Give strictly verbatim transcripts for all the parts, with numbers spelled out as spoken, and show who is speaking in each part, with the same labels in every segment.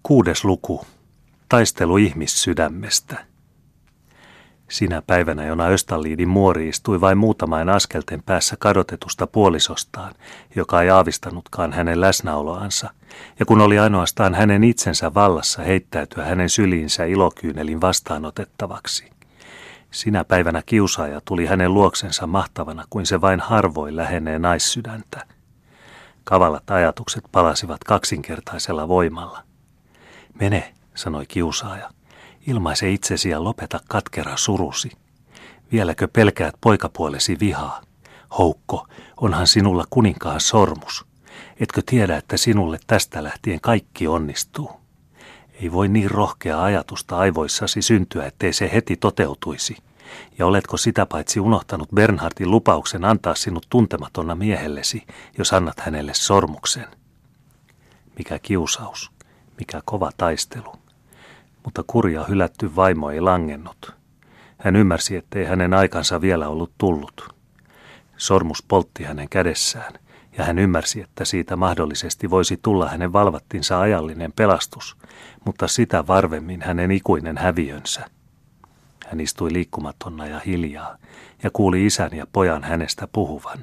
Speaker 1: Kuudes luku. Taistelu ihmissydämestä. Sinä päivänä, jona Östalliidin muori istui vain muutamain askelten päässä kadotetusta puolisostaan, joka ei aavistanutkaan hänen läsnäoloansa, ja kun oli ainoastaan hänen itsensä vallassa heittäytyä hänen syliinsä ilokyynelin vastaanotettavaksi. Sinä päivänä kiusaaja tuli hänen luoksensa mahtavana kuin se vain harvoin lähenee naissydäntä. Kavalat ajatukset palasivat kaksinkertaisella voimalla. Mene, sanoi kiusaaja, ilmaise itsesi ja lopeta katkera surusi. Vieläkö pelkäät poikapuolesi vihaa? Houkko, onhan sinulla kuninkaan sormus. Etkö tiedä, että sinulle tästä lähtien kaikki onnistuu? Ei voi niin rohkea ajatusta aivoissasi syntyä, ettei se heti toteutuisi. Ja oletko sitä paitsi unohtanut Bernhardin lupauksen antaa sinut tuntematonna miehellesi, jos annat hänelle sormuksen? Mikä kiusaus, mikä kova taistelu. Mutta kurja hylätty vaimo ei langennut. Hän ymmärsi, ettei hänen aikansa vielä ollut tullut. Sormus poltti hänen kädessään, ja hän ymmärsi, että siitä mahdollisesti voisi tulla hänen valvattinsa ajallinen pelastus, mutta sitä varvemmin hänen ikuinen häviönsä. Hän istui liikkumatonna ja hiljaa, ja kuuli isän ja pojan hänestä puhuvan.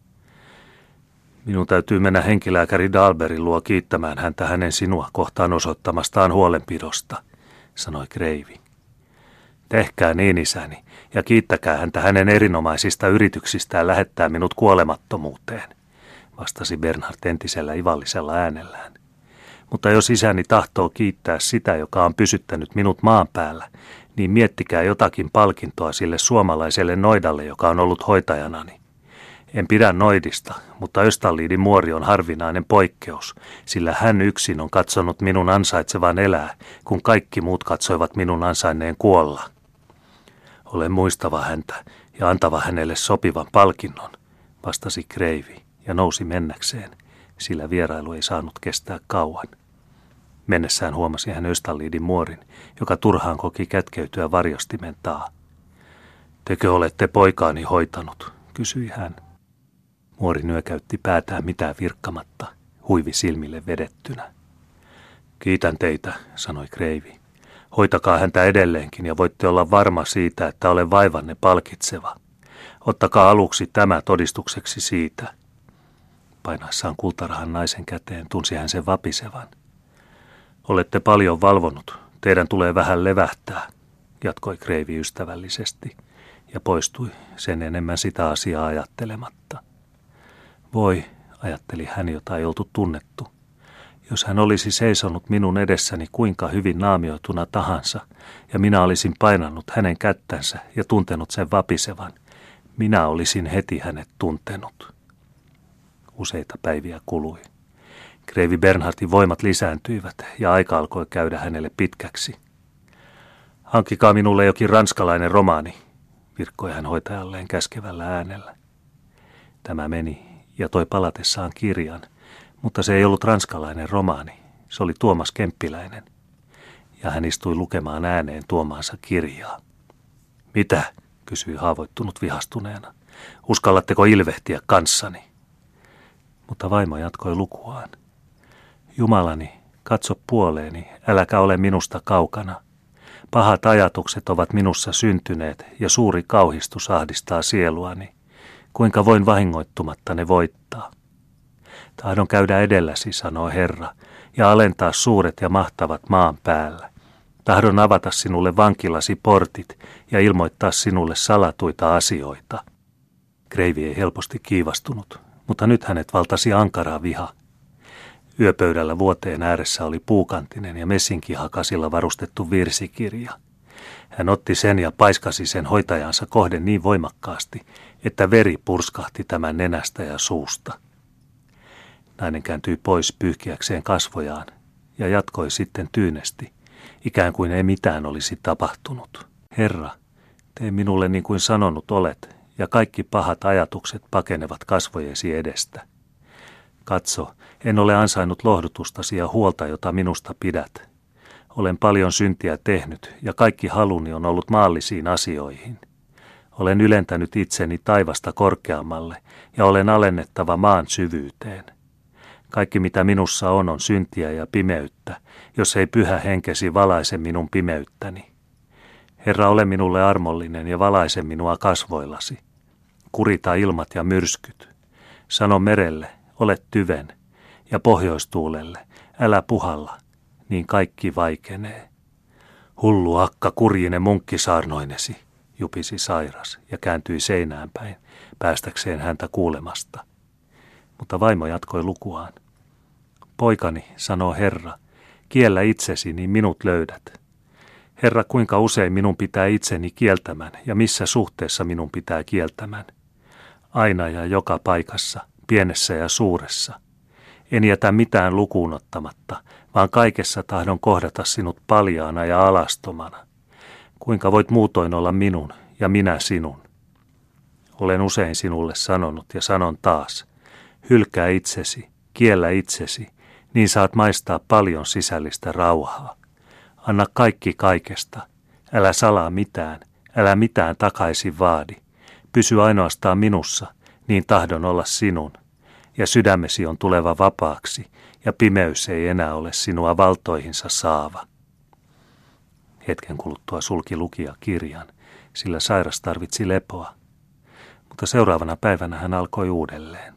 Speaker 1: Minun täytyy mennä henkilääkäri Dahlbergin luo kiittämään häntä hänen sinua kohtaan osoittamastaan huolenpidosta, sanoi kreivi. Tehkää niin, isäni, ja kiittäkää häntä hänen erinomaisista yrityksistään lähettää minut kuolemattomuuteen, vastasi Bernhard entisellä ivallisella äänellään. Mutta jos isäni tahtoo kiittää sitä, joka on pysyttänyt minut maan päällä, niin miettikää jotakin palkintoa sille suomalaiselle noidalle, joka on ollut hoitajanani. En pidä noidista, mutta Östalliidin muori on harvinainen poikkeus, sillä hän yksin on katsonut minun ansaitsevan elää, kun kaikki muut katsoivat minun ansainneen kuolla. Olen muistava häntä ja antava hänelle sopivan palkinnon, vastasi kreivi ja nousi mennäkseen, sillä vierailu ei saanut kestää kauan. Mennessään huomasi hän Östalliidin muorin, joka turhaan koki kätkeytyä varjostimen taa. Tekö olette poikaani hoitanut, kysyi hän. Muori nyökäytti päätään mitään virkkamatta, huivi silmille vedettynä. Kiitän teitä, sanoi kreivi. Hoitakaa häntä edelleenkin ja voitte olla varma siitä, että olen vaivanne palkitseva. Ottakaa aluksi tämä todistukseksi siitä. Painaessaan kultarahan naisen käteen tunsi hän sen vapisevan. Olette paljon valvonut, teidän tulee vähän levähtää, jatkoi kreivi ystävällisesti ja poistui sen enemmän sitä asiaa ajattelematta. Voi, ajatteli hän, jota ei oltu tunnettu. Jos hän olisi seisonut minun edessäni kuinka hyvin naamioituna tahansa, ja minä olisin painannut hänen kättänsä ja tuntenut sen vapisevan, minä olisin heti hänet tuntenut. Useita päiviä kului. Kreivi Bernhardin voimat lisääntyivät ja aika alkoi käydä hänelle pitkäksi. Hankkikaa minulle jokin ranskalainen romaani, virkkoi hän hoitajalleen käskevällä äänellä. Tämä meni ja toi palatessaan kirjan, mutta se ei ollut ranskalainen romaani, se oli Tuomas Kemppiläinen. Ja hän istui lukemaan ääneen tuomaansa kirjaa. Mitä? Kysyi haavoittunut vihastuneena. Uskallatteko ilvehtiä kanssani? Mutta vaimo jatkoi lukuaan. Jumalani, katso puoleeni, äläkä ole minusta kaukana. Pahat ajatukset ovat minussa syntyneet ja suuri kauhistus ahdistaa sieluani. Kuinka voin vahingoittumatta ne voittaa? Tahdon käydä edelläsi, sanoo Herra, ja alentaa suuret ja mahtavat maan päällä. Tahdon avata sinulle vankilasi portit ja ilmoittaa sinulle salatuita asioita. Kreivi ei helposti kiivastunut, mutta nyt hänet valtasi ankara viha. Yöpöydällä vuoteen ääressä oli puukantinen ja messinkihakasilla varustettu virsikirja. Hän otti sen ja paiskasi sen hoitajansa kohden niin voimakkaasti, että veri purskahti tämän nenästä ja suusta. Nainen kääntyi pois pyyhkiäkseen kasvojaan ja jatkoi sitten tyynesti, ikään kuin ei mitään olisi tapahtunut. Herra, tee minulle niin kuin sanonut olet, ja kaikki pahat ajatukset pakenevat kasvojesi edestä. Katso, en ole ansainnut lohdutustasi ja huolta, jota minusta pidät. Olen paljon syntiä tehnyt, ja kaikki haluni on ollut maallisiin asioihin. Olen ylentänyt itseni taivasta korkeammalle, ja olen alennettava maan syvyyteen. Kaikki mitä minussa on, on syntiä ja pimeyttä, jos ei pyhä henkesi valaise minun pimeyttäni. Herra, ole minulle armollinen ja valaise minua kasvoillasi. Kurita ilmat ja myrskyt. Sano merelle, ole tyven, ja pohjoistuulelle, älä puhalla, niin kaikki vaikenee. Hullu akka, kurjine munkkisaarnoinesi, jupisi sairas ja kääntyi seinään päin, päästäkseen häntä kuulemasta. Mutta vaimo jatkoi lukuaan. Poikani, sanoo Herra, kiellä itsesi, niin minut löydät. Herra, kuinka usein minun pitää itseni kieltämän ja missä suhteessa minun pitää kieltämän? Aina ja joka paikassa, pienessä ja suuressa. En jätä mitään lukuun ottamatta, vaan kaikessa tahdon kohdata sinut paljaana ja alastomana. Kuinka voit muutoin olla minun ja minä sinun? Olen usein sinulle sanonut ja sanon taas, hylkää itsesi, kiellä itsesi, niin saat maistaa paljon sisällistä rauhaa. Anna kaikki kaikesta, älä salaa mitään, älä mitään takaisin vaadi. Pysy ainoastaan minussa, niin tahdon olla sinun. Ja sydämesi on tuleva vapaaksi, ja pimeys ei enää ole sinua valtoihinsa saava. Hetken kuluttua sulki lukija kirjan, sillä sairas tarvitsi lepoa. Mutta seuraavana päivänä hän alkoi uudelleen.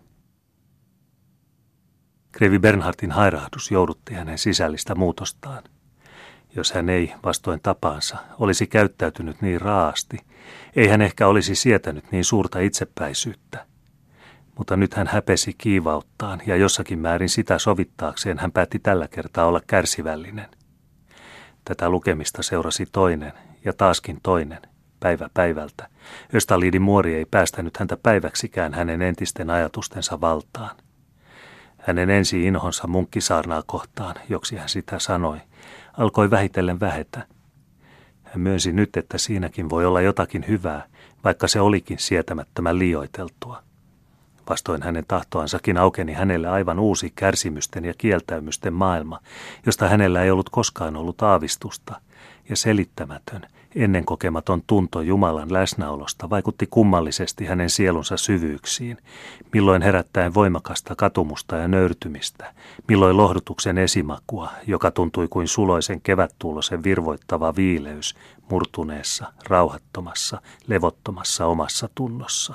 Speaker 1: Kreivi Bernhardin hairahdus joudutti hänen sisällistä muutostaan. Jos hän ei, vastoin tapaansa, olisi käyttäytynyt niin raasti, ei hän ehkä olisi sietänyt niin suurta itsepäisyyttä. Mutta nyt hän häpesi kiivauttaan ja jossakin määrin sitä sovittaakseen hän päätti tällä kertaa olla kärsivällinen. Tätä lukemista seurasi toinen ja taaskin toinen, päivä päivältä. Östaliidin muori ei päästänyt häntä päiväksikään hänen entisten ajatustensa valtaan. Hänen ensi inhonsa munkkisaarnaa kohtaan, joksi hän sitä sanoi, alkoi vähitellen vähetä. Hän myönsi nyt, että siinäkin voi olla jotakin hyvää, vaikka se olikin sietämättömän liioiteltua. Vastoin hänen tahtoansakin aukeni hänelle aivan uusi kärsimysten ja kieltäymysten maailma, josta hänellä ei ollut koskaan ollut aavistusta, ja selittämätön, ennen kokematon tunto Jumalan läsnäolosta vaikutti kummallisesti hänen sielunsa syvyyksiin, milloin herättäen voimakasta katumusta ja nöyrtymistä, milloin lohdutuksen esimakua, joka tuntui kuin suloisen kevättuulosen virvoittava viileys murtuneessa, rauhattomassa, levottomassa omassa tunnossa.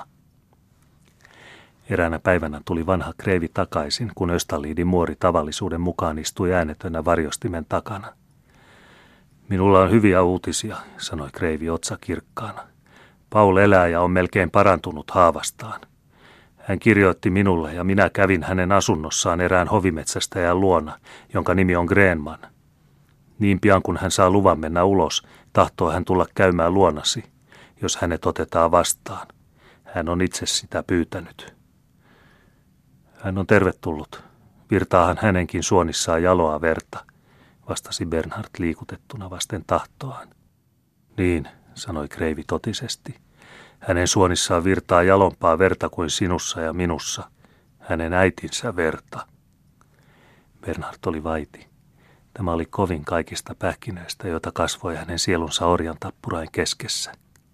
Speaker 1: Eräänä päivänä tuli vanha kreivi takaisin, kun Östaliidin muori tavallisuuden mukaan istui äänetönä varjostimen takana. Minulla on hyviä uutisia, sanoi kreivi otsa kirkkaana. Paul elää ja on melkein parantunut haavastaan. Hän kirjoitti minulle ja minä kävin hänen asunnossaan erään hovimetsästäjän luona, jonka nimi on Grenman. Niin pian kun hän saa luvan mennä ulos, tahtoo hän tulla käymään luonasi, jos hänet otetaan vastaan. Hän on itse sitä pyytänyt. Hän on tervetullut. Virtaahan hänenkin suonissaan jaloa verta, vastasi Bernhard liikutettuna vasten tahtoaan. Niin, sanoi kreivi totisesti. Hänen suonissaan virtaa jalompaa verta kuin sinussa ja minussa. Hänen äitinsä verta. Bernhard oli vaiti. Tämä oli kovin kaikista pähkinöistä, joita kasvoi hänen sielunsa orjan tappurain keskessä.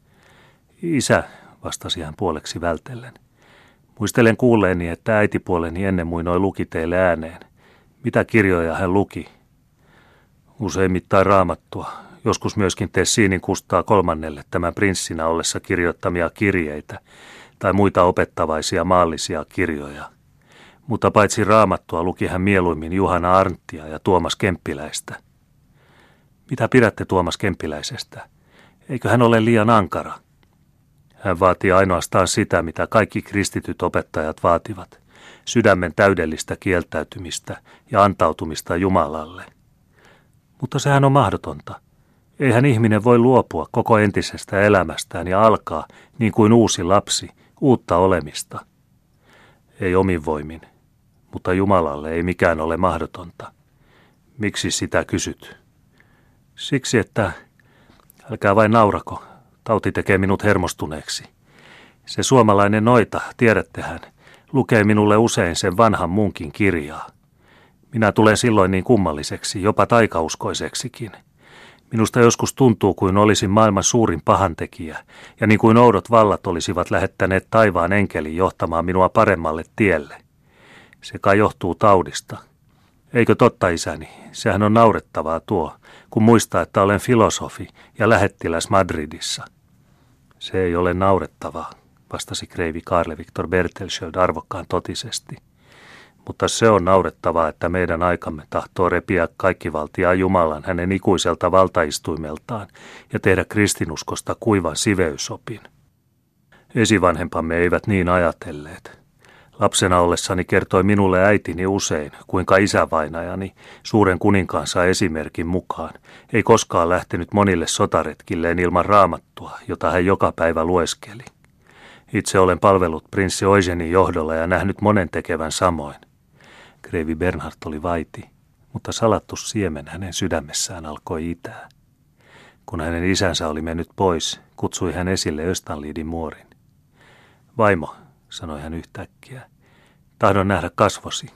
Speaker 1: Isä, vastasi hän puoleksi vältellen. Muistelen kuulleeni, että äitipuoleni ennen muinoin luki teille ääneen. Mitä kirjoja hän luki? Useimmittain Raamattua. Joskus myöskin Tessiinin Kustaa kolmannelle tämän prinssinä ollessa kirjoittamia kirjeitä tai muita opettavaisia maallisia kirjoja. Mutta paitsi Raamattua luki hän mieluimmin Juhana Arnttia ja Tuomas Kemppiläistä. Mitä pidätte Tuomas Kemppiläisestä? Eikö hän ole liian ankara? Hän vaatii ainoastaan sitä, mitä kaikki kristityt opettajat vaativat, sydämen täydellistä kieltäytymistä ja antautumista Jumalalle. Mutta sehän on mahdotonta. Eihän ihminen voi luopua koko entisestä elämästään ja alkaa, niin kuin uusi lapsi, uutta olemista. Ei omin voimin, mutta Jumalalle ei mikään ole mahdotonta. Miksi sitä kysyt? Siksi, että, älkää vain naurako, tauti tekee minut hermostuneeksi. Se suomalainen noita, tiedättehän, lukee minulle usein sen vanhan munkin kirjaa. Minä tulen silloin niin kummalliseksi, jopa taikauskoiseksikin. Minusta joskus tuntuu, kuin olisin maailman suurin pahantekijä, ja niin kuin oudot vallat olisivat lähettäneet taivaan enkelin johtamaan minua paremmalle tielle. Se kai johtuu taudista. Eikö totta, isäni? Sehän on naurettavaa tuo, kun muistaa, että olen filosofi ja lähettiläs Madridissa. Se ei ole naurettavaa, vastasi kreivi Karle Viktor Bertelschöld arvokkaan totisesti. Mutta se on naurettavaa, että meidän aikamme tahtoo repiä kaikkivaltiaa Jumalan hänen ikuiselta valtaistuimeltaan ja tehdä kristinuskosta kuivan siveysopin. Esivanhempamme eivät niin ajatelleet. Lapsena ollessani kertoi minulle äitini usein, kuinka isävainajani suuren kuninkaansa esimerkin mukaan ei koskaan lähtenyt monille sotaretkilleen ilman raamattua, jota hän joka päivä lueskeli. Itse olen palvellut prinssi Eugenin johdolla ja nähnyt monen tekevän samoin. Kreivi Bernhard oli vaiti, mutta salattu siemen hänen sydämessään alkoi itää. Kun hänen isänsä oli mennyt pois, kutsui hän esille Östanliidin muorin. Vaimo, sanoi hän yhtäkkiä, tahdon nähdä kasvosi.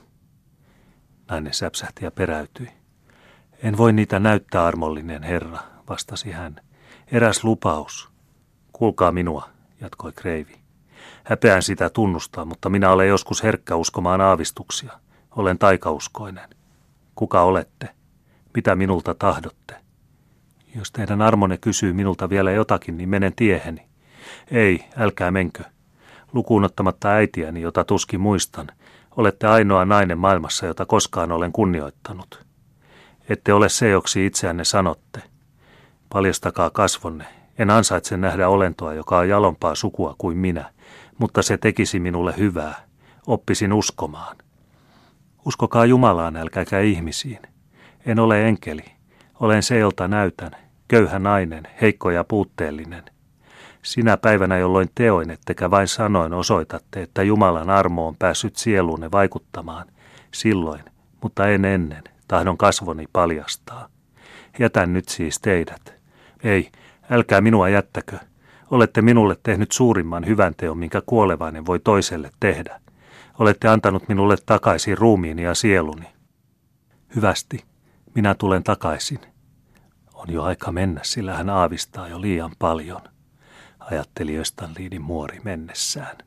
Speaker 1: Nainen säpsähti ja peräytyi. En voi niitä näyttää, armollinen herra, vastasi hän. Eräs lupaus. Kuulkaa minua, jatkoi kreivi. Häpeän sitä tunnustaa, mutta minä olen joskus herkkä uskomaan aavistuksia. Olen taikauskoinen. Kuka olette? Mitä minulta tahdotte? Jos teidän armonne kysyy minulta vielä jotakin, niin menen tieheni. Ei, älkää menkö. Lukuun ottamatta äitiäni, jota tuskin muistan, olette ainoa nainen maailmassa, jota koskaan olen kunnioittanut. Ette ole se, joksi itseänne sanotte. Paljastakaa kasvonne. En ansaitse nähdä olentoa, joka on jalompaa sukua kuin minä, mutta se tekisi minulle hyvää. Oppisin uskomaan. Uskokaa Jumalaan, älkääkä ihmisiin. En ole enkeli. Olen se, jolta näytän. Köyhä nainen, heikko ja puutteellinen. Sinä päivänä, jolloin teoin, ettekä vain sanoin osoitatte, että Jumalan armo on päässyt sieluunne vaikuttamaan, silloin, mutta en ennen, tahdon kasvoni paljastaa. Jätän nyt siis teidät. Ei, älkää minua jättäkö. Olette minulle tehnyt suurimman hyvän teon, minkä kuolevainen voi toiselle tehdä. Olette antanut minulle takaisin ruumiini ja sieluni. Hyvästi, minä tulen takaisin. On jo aika mennä, sillä hän aavistaa jo liian paljon, ajatteli Östanliidin muori mennessään.